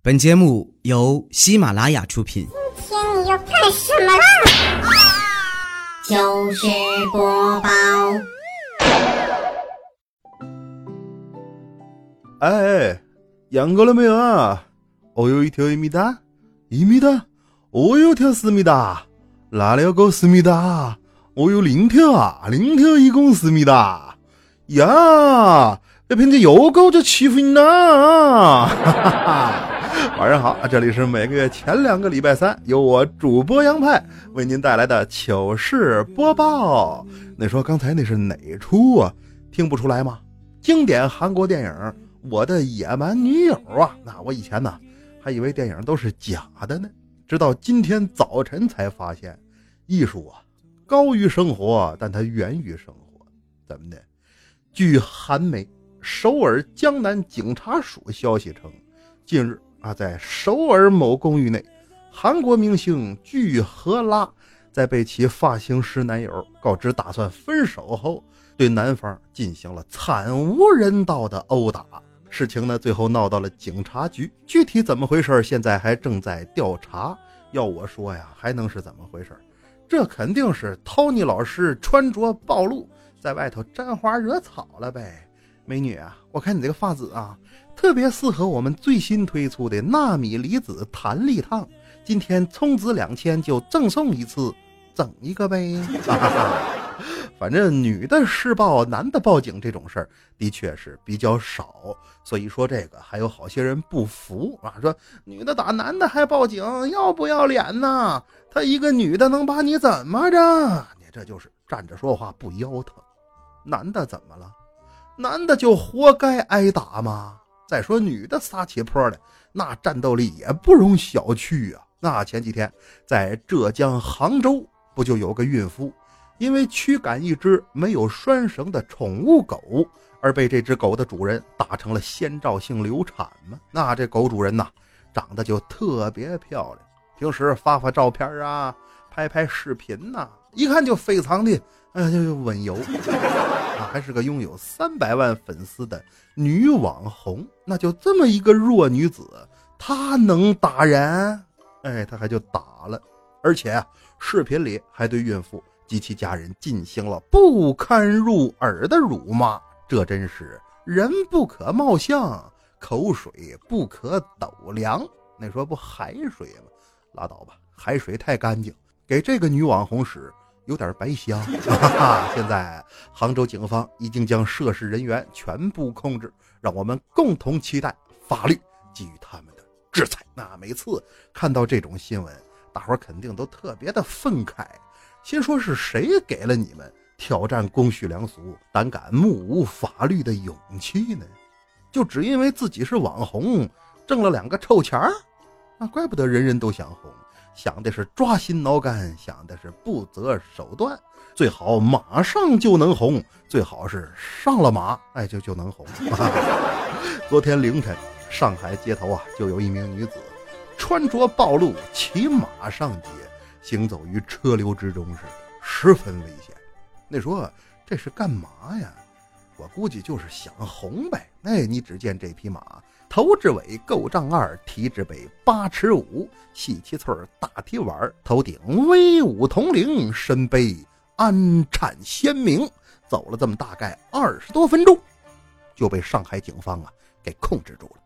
本节目由喜马拉雅出品。 今天你要干什么啦？ 糗事播报。 哎，养过了没有啊？오요이되어입니다. 입니다. 오요되었습니다. 라레오고습니다. 오요링태아, 링태이공습니다. 야，这平时又搞这欺负你呢！晚上好，这里是每个月前2个礼拜三由我主播杨派为您带来的糗事播报。你说刚才那是哪出啊？听不出来吗？经典韩国电影《我的野蛮女友》啊！那我以前呢还以为电影都是假的呢，直到今天早晨才发现，艺术啊高于生活，但它源于生活。怎么的？据韩媒首尔江南警察署消息称，近日在首尔某公寓内，韩国明星具荷拉在被其发型师男友告知打算分手后，对男方进行了惨无人道的殴打。事情呢最后闹到了警察局，具体怎么回事现在还正在调查。要我说呀，还能是怎么回事？这肯定是 Tony 老师穿着暴露，在外头沾花惹草了呗。美女啊，我看你这个发质啊，特别适合我们最新推出的纳米离子弹力烫，今天充值2000就赠送一次，整一个呗。反正女的施暴男的报警这种事儿的确是比较少，所以说这个还有好些人不服啊，说女的打男的还报警，要不要脸呢？她一个女的能把你怎么着？你这就是站着说话不腰疼。男的怎么了？男的就活该挨打吗？再说女的撒起泼来，那战斗力也不容小觑啊。那前几天在浙江杭州不就有个孕妇因为驱赶一只没有拴绳的宠物狗而被这只狗的主人打成了先兆性流产吗？那这狗主人呐长得就特别漂亮，平时发照片啊，拍视频呐，一看就非常的就温柔还是个拥有300万粉丝的女网红。那就这么一个弱女子，她能打人？她还就打了，而且视频里还对孕妇及其家人进行了不堪入耳的辱骂。这真是人不可貌相，口水不可斗量。那说不海水吗？拉倒吧，海水太干净，给这个女网红使有点白香。现在杭州警方已经将涉事人员全部控制，让我们共同期待法律给予他们的制裁。那每次看到这种新闻，大伙肯定都特别的愤慨，心说是谁给了你们挑战公序良俗，胆敢目无法律的勇气呢？就只因为自己是网红，挣了2个臭钱儿？那怪不得人人都想红，想的是抓心挠肝，想的是不择手段，最好马上就能红，最好是上了马就能红。昨天凌晨上海街头就有一名女子穿着暴露骑马上街，行走于车流之中，是十分危险。那说这是干嘛呀？我估计就是想红呗。你只见这匹马头至尾够丈2，蹄至背8尺5，细七寸大蹄碗，头顶威武铜铃，身背安产鲜明，走了这么大概20多分钟，就被上海警方给控制住了。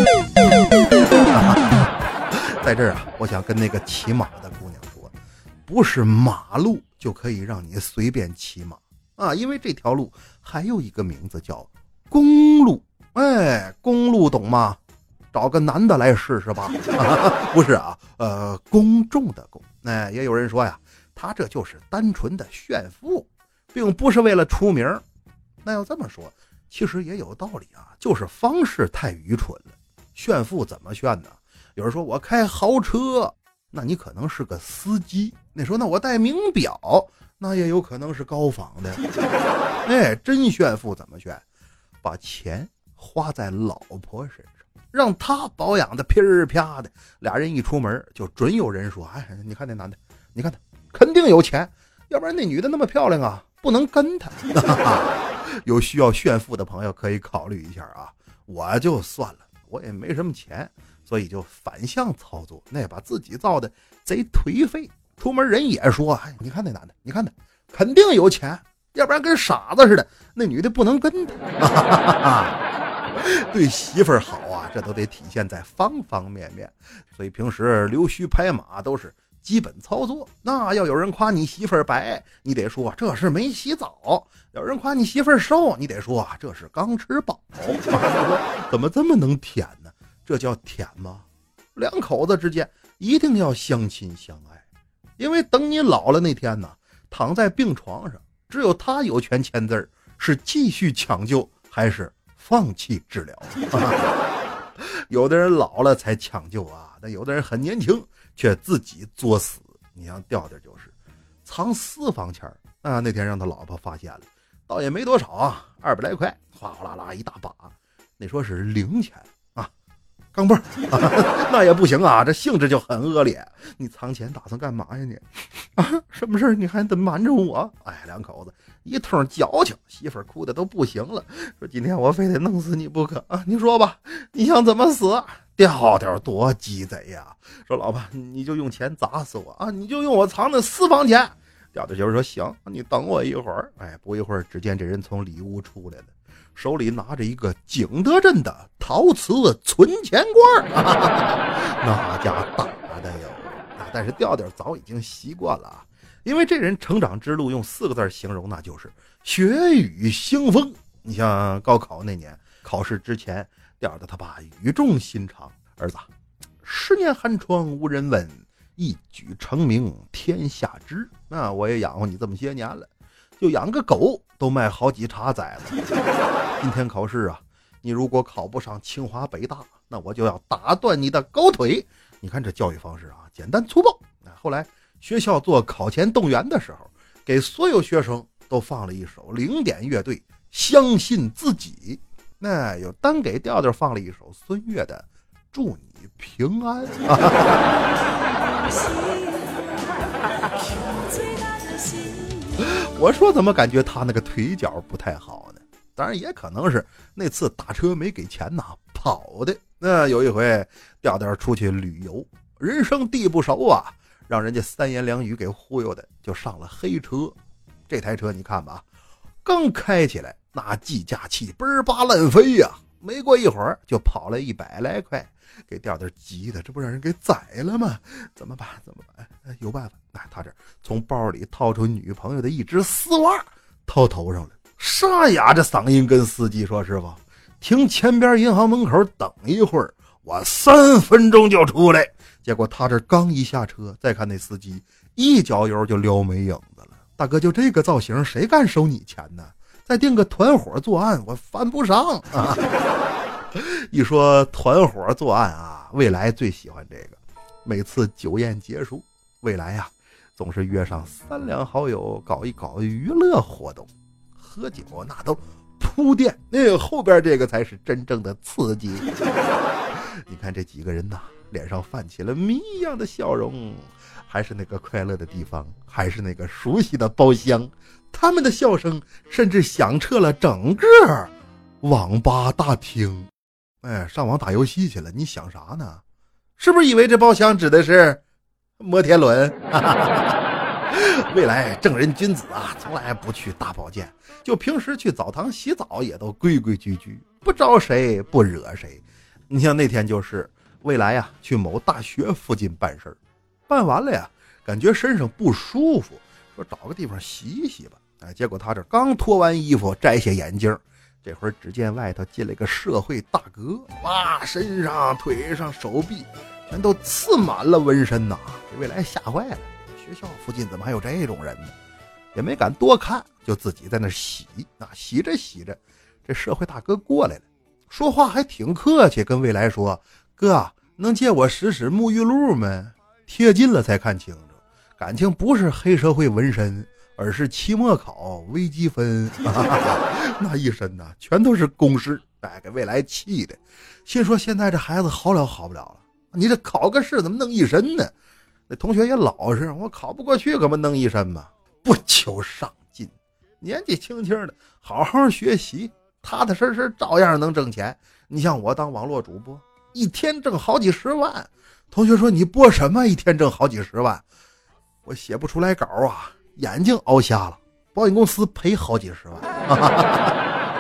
在这儿我想跟那个骑马的姑娘说，不是马路就可以让你随便骑马因为这条路还有一个名字叫公路。公路懂吗？找个男的来试试吧。不是公众的公。也有人说呀，他这就是单纯的炫富，并不是为了出名。那要这么说，其实也有道理就是方式太愚蠢了。炫富怎么炫呢？有人说我开豪车，那你可能是个司机。那说那我戴名表，那也有可能是高仿的。真炫富怎么炫？把钱花在老婆身上，让她保养的噼儿啪的，俩人一出门就准有人说，你看那男的，你看他肯定有钱，要不然那女的那么漂亮不能跟他。有需要炫富的朋友可以考虑一下我就算了，我也没什么钱， 所以就反向操作，那把自己造的贼颓废。出门人也说，哎，你看那男的，你看他肯定有钱，要不然跟傻子似的，那女的不能跟他。对媳妇儿好啊，这都得体现在方方面面。所以平时溜须拍马都是基本操作。那要有人夸你媳妇儿白，你得说这是没洗澡；有人夸你媳妇儿瘦，你得说这是刚吃饱。怎么这么能舔呢？这叫舔吗？两口子之间一定要相亲相爱，因为等你老了那天呢，躺在病床上，只有他有权签字，是继续抢救还是放弃治疗。有的人老了才抢救啊，但有的人很年轻却自己作死。你像调调就是藏私房钱啊，那天让他老婆发现了，倒也没多少啊，200来块，哗哗啦啦一大把，那说是零钱啊，钢镚儿，那也不行啊，这性质就很恶劣。你藏钱打算干嘛呀你？啊，什么事你还得瞒着我？哎，两口子一通矫情，媳妇儿哭的都不行了，说今天我非得弄死你不可啊！你说吧，你想怎么死？调调多鸡贼呀！说老婆，你就用钱砸死我啊！你就用我藏的私房钱。调调就是说行，你等我一会儿。哎，不一会儿，只见这人从里屋出来了，手里拿着一个景德镇的陶瓷存钱罐，那家大的哟！但是调调早已经习惯了啊，因为这人成长之路用4个字形容，那就是血雨腥风。你像高考那年考试之前，调调他爸语重心长，儿子，10年寒窗无人问，一举成名天下知。那我也养活你这么些年了，就养个狗都卖好几茬崽子。今天考试啊，你如果考不上清华北大，那我就要打断你的狗腿。你看这教育方式啊，简单粗暴。后来学校做考前动员的时候，给所有学生都放了一首0点乐队相信自己，那又单给调调放了一首孙悦的祝你平安。我说怎么感觉他那个腿脚不太好呢？当然也可能是那次打车没给钱呐，跑的。那有一回调调出去旅游，人生地不熟啊，让人家3言2语给忽悠的，就上了黑车。这台车你看吧，刚开起来那计价器嘣吧乱飞呀，没过一会儿就跑了100来块，给调调急的，这不让人给宰了吗？怎么办？有办法。他这从包里掏出女朋友的一只丝袜套头上了，沙哑着嗓音跟司机说，师傅，停前边银行门口等一会儿，我3分钟就出来。结果他这刚一下车，再看那司机一脚油就撩没影子了。大哥，就这个造型谁敢收你钱呢？再订个团伙作案我犯不上啊。一说团伙作案啊，未来最喜欢这个。每次酒宴结束，未来啊总是约上3两好友搞一搞娱乐活动，喝酒那都铺垫，后边这个才是真正的刺激。你看这几个人呐，脸上泛起了谜一样的笑容，还是那个快乐的地方，还是那个熟悉的包厢，他们的笑声甚至响彻了整个网吧大厅。哎，上网打游戏去了，你想啥呢？是不是以为这包厢指的是摩天轮？未来正人君子啊，从来不去大保健，就平时去澡堂洗澡也都规规矩矩，不招谁不惹谁。你像那天就是未来呀，去某大学附近办事儿，办完了呀，感觉身上不舒服，说找个地方洗一洗吧。哎，结果他这刚脱完衣服，摘下眼镜，这会儿只见外头进了一个社会大哥，哇，身上、腿上、手臂全都刺满了纹身呐！这未来吓坏了，学校附近怎么还有这种人呢？也没敢多看，就自己在那洗。那洗着洗着，这社会大哥过来了，说话还挺客气，跟未来说：“哥，能借我使沐浴露吗？”贴近了才看清楚，感情不是黑社会纹身，而是期末考微积分。那一身呢，全都是公式，哎，给未来气的，心说现在这孩子好了好不了了，你这考个试怎么弄一身呢？那同学也老实，我考不过去，可不弄一身嘛，不求上进，年纪轻轻的，好好学习，踏踏实实照样能挣钱。你像我当网络主播， 一天挣好几十万。同学说你播什么一天挣好几十万？我写不出来稿啊，眼睛凹瞎了，保险公司赔好几十万。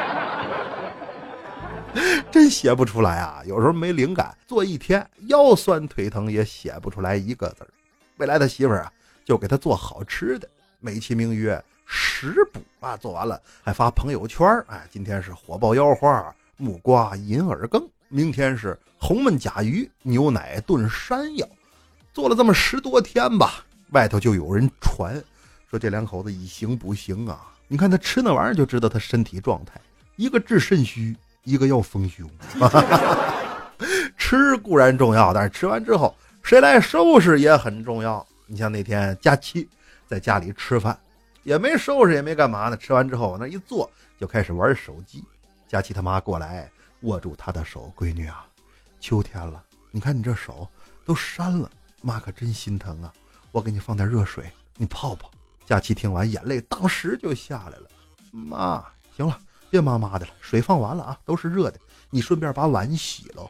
真写不出来啊，有时候没灵感，做一天腰酸腿疼也写不出来一个字儿。未来的媳妇儿啊，就给他做好吃的，美其名曰食补啊，做完了还发朋友圈。哎，今天是火爆腰花木瓜银耳羹，明天是红焖甲鱼牛奶炖山药。做了这么10多天吧，外头就有人传说这两口子一行不行啊。你看他吃那玩意儿就知道他身体状态，一个治肾虚，一个要丰胸。吃固然重要，但是吃完之后谁来收拾也很重要。你像那天佳期在家里吃饭，也没收拾也没干嘛呢，吃完之后往那一坐就开始玩手机。佳期他妈过来握住他的手，闺女啊，秋天了，你看你这手都扇了，妈可真心疼啊，我给你放点热水你泡泡。佳期听完眼泪当时就下来了，妈行了别妈妈的了，水放完了啊，都是热的，你顺便把碗洗了。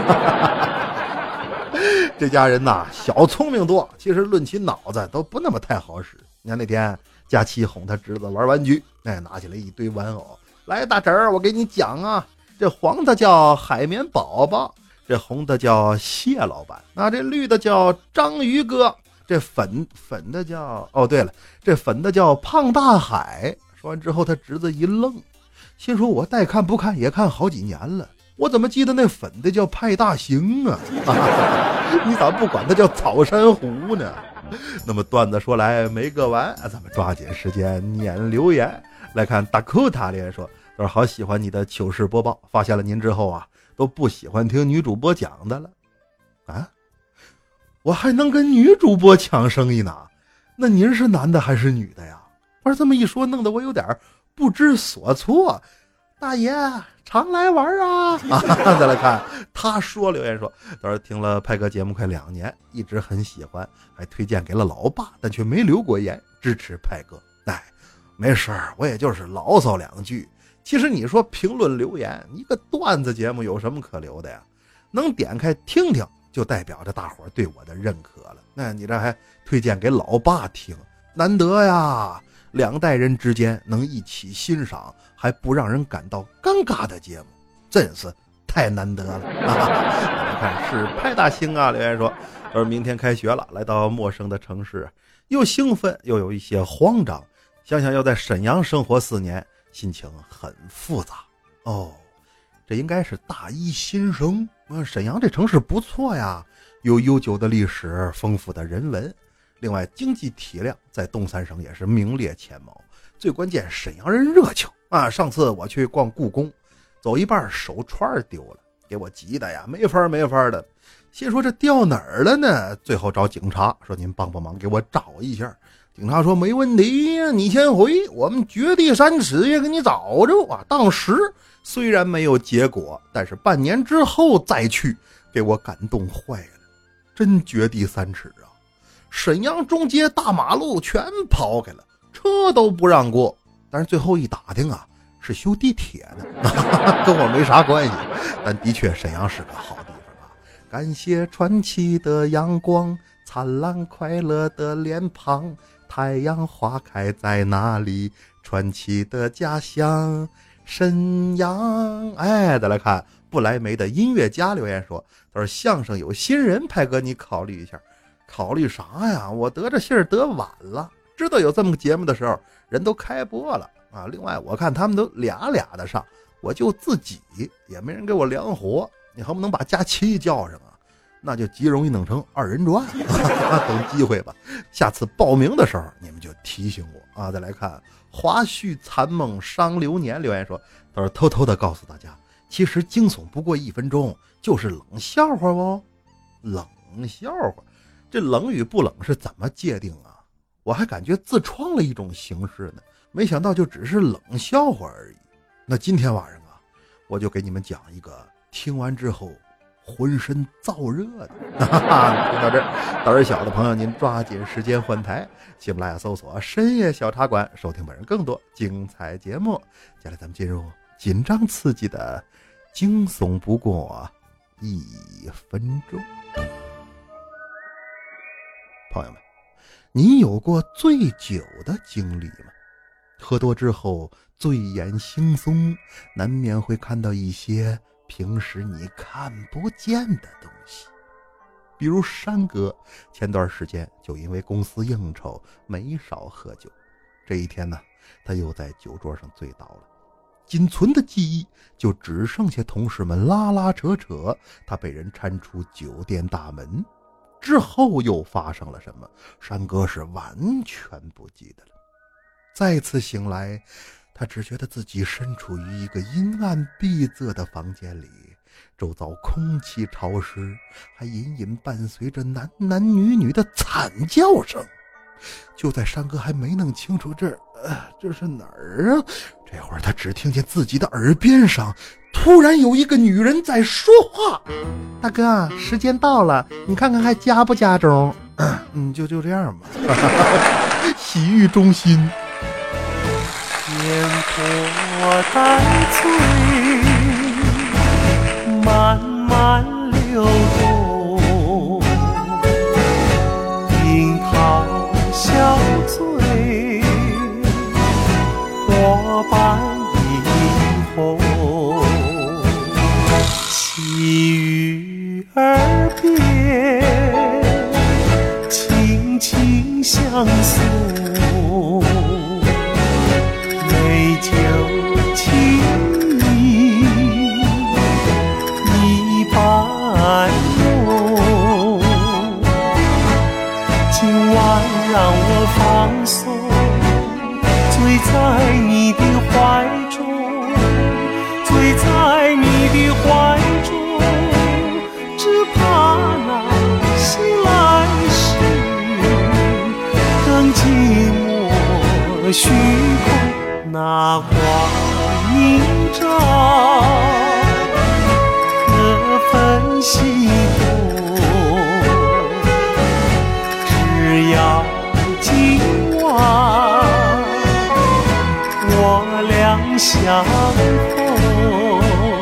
这家人呐，小聪明多，其实论起脑子都不那么太好使。你看那天佳期哄他侄子玩玩具，拿起来一堆玩偶，来大侄儿我给你讲啊，这黄的叫海绵宝宝，这红的叫蟹老板，那这绿的叫章鱼哥，这粉的叫对了，这粉的叫胖大海。说完之后他侄子一愣，心说我带看不看也看好几年了，我怎么记得那粉的叫派大星啊？你咋不管它叫草珊瑚呢？那么段子说来没个完，咱们抓紧时间念留言。来看大库塔连说，他说好喜欢你的糗事播报，发现了您之后啊，都不喜欢听女主播讲的了啊。我还能跟女主播抢生意呢？那您是男的还是女的呀？不是这么一说，弄得我有点不知所措。大爷常来玩啊！再来看他说留言说，他说听了派哥节目快2年，一直很喜欢，还推荐给了老爸，但却没留过言，支持派哥。没事儿，我也就是牢骚2句。其实你说评论留言，一个段子节目有什么可留的呀？能点开听听，就代表着大伙儿对我的认可了。那你这还推荐给老爸听，难得呀！2代人之间能一起欣赏还不让人感到尴尬的节目，真是太难得了。你看是派大星啊，留言说明天开学了，来到陌生的城市，又兴奋又有一些慌张，想想要在沈阳生活4年，心情很复杂。这应该是大一新生。沈阳这城市不错呀，有悠久的历史，丰富的人文，另外经济体量在东三省也是名列前茅。最关键沈阳人热情啊！上次我去逛故宫，走一半手串丢了，给我急的呀没法的，心说这掉哪儿了呢？最后找警察说您帮帮忙给我找一下。警察说没问题，你先回，我们掘地3尺也给你找着啊。当时虽然没有结果，但是半年之后再去，给我感动坏了，真掘地3尺啊！沈阳中街大马路全刨开了，车都不让过。但是最后一打听啊，是修地铁的，跟我没啥关系。但的确沈阳是个好地方啊！感谢传奇的阳光，灿烂快乐的脸庞，太阳花开在哪里？传奇的家乡沈阳。再来看不来梅的音乐家留言说，他说相声有新人，派哥你考虑一下。考虑啥呀？我得这信儿得晚了，知道有这么个节目的时候人都开播了啊。另外我看他们都俩的上，我就自己也没人给我量活，你恨不能把佳期叫上啊，那就极容易弄成2人转。等机会吧，下次报名的时候你们就提醒我啊。再来看华胥残梦伤流年留言说，他说偷偷的告诉大家，其实惊悚不过1分钟，就是冷笑话哦。冷笑话，这冷与不冷是怎么界定啊？我还感觉自创了一种形式呢，没想到就只是冷笑话而已。那今天晚上啊，我就给你们讲一个听完之后浑身燥热的。听到这儿，胆儿小的朋友您抓紧时间换台，喜马拉雅搜索深夜小茶馆，收听本人更多精彩节目。接下来咱们进入紧张刺激的惊悚不过 1分钟。朋友们，你有过醉酒的经历吗？喝多之后醉眼惺忪，难免会看到一些平时你看不见的东西。比如山哥前段时间就因为公司应酬没少喝酒，这一天呢，他又在酒桌上醉倒了。仅存的记忆就只剩下同事们拉拉扯扯，他被人搀出酒店大门。之后又发生了什么，山哥是完全不记得了。再次醒来，他只觉得自己身处于一个阴暗闭塞的房间里，周遭空气潮湿，还隐隐伴随着男男女女的惨叫声。就在山哥还没弄清楚这是哪儿啊，这会儿他只听见自己的耳边上突然有一个女人在说话：大哥，时间到了，你看看还加不加钟？就这样吧。洗浴中心。 烟波带醉，慢慢流动，樱桃小嘴，火般映红，细雨耳边，轻轻相送。美酒情意一般浓，今晚让我放松，醉在你的怀中，醉在你的怀中，只怕那醒来时更寂寞虚空。那光明照，可分西东。只要今晚我俩相逢。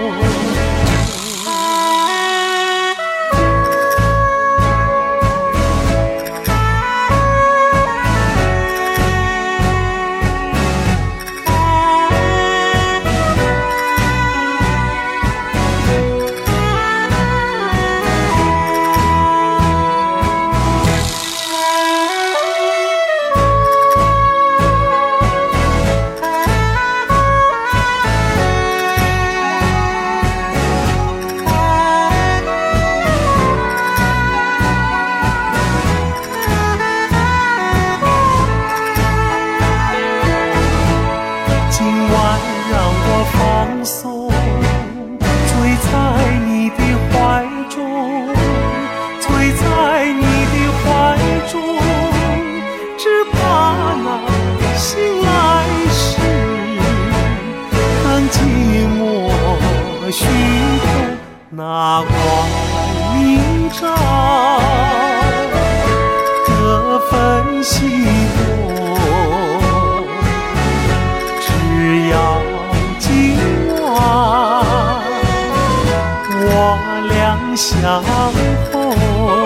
那光明照，各分西东。只要今晚我俩相逢。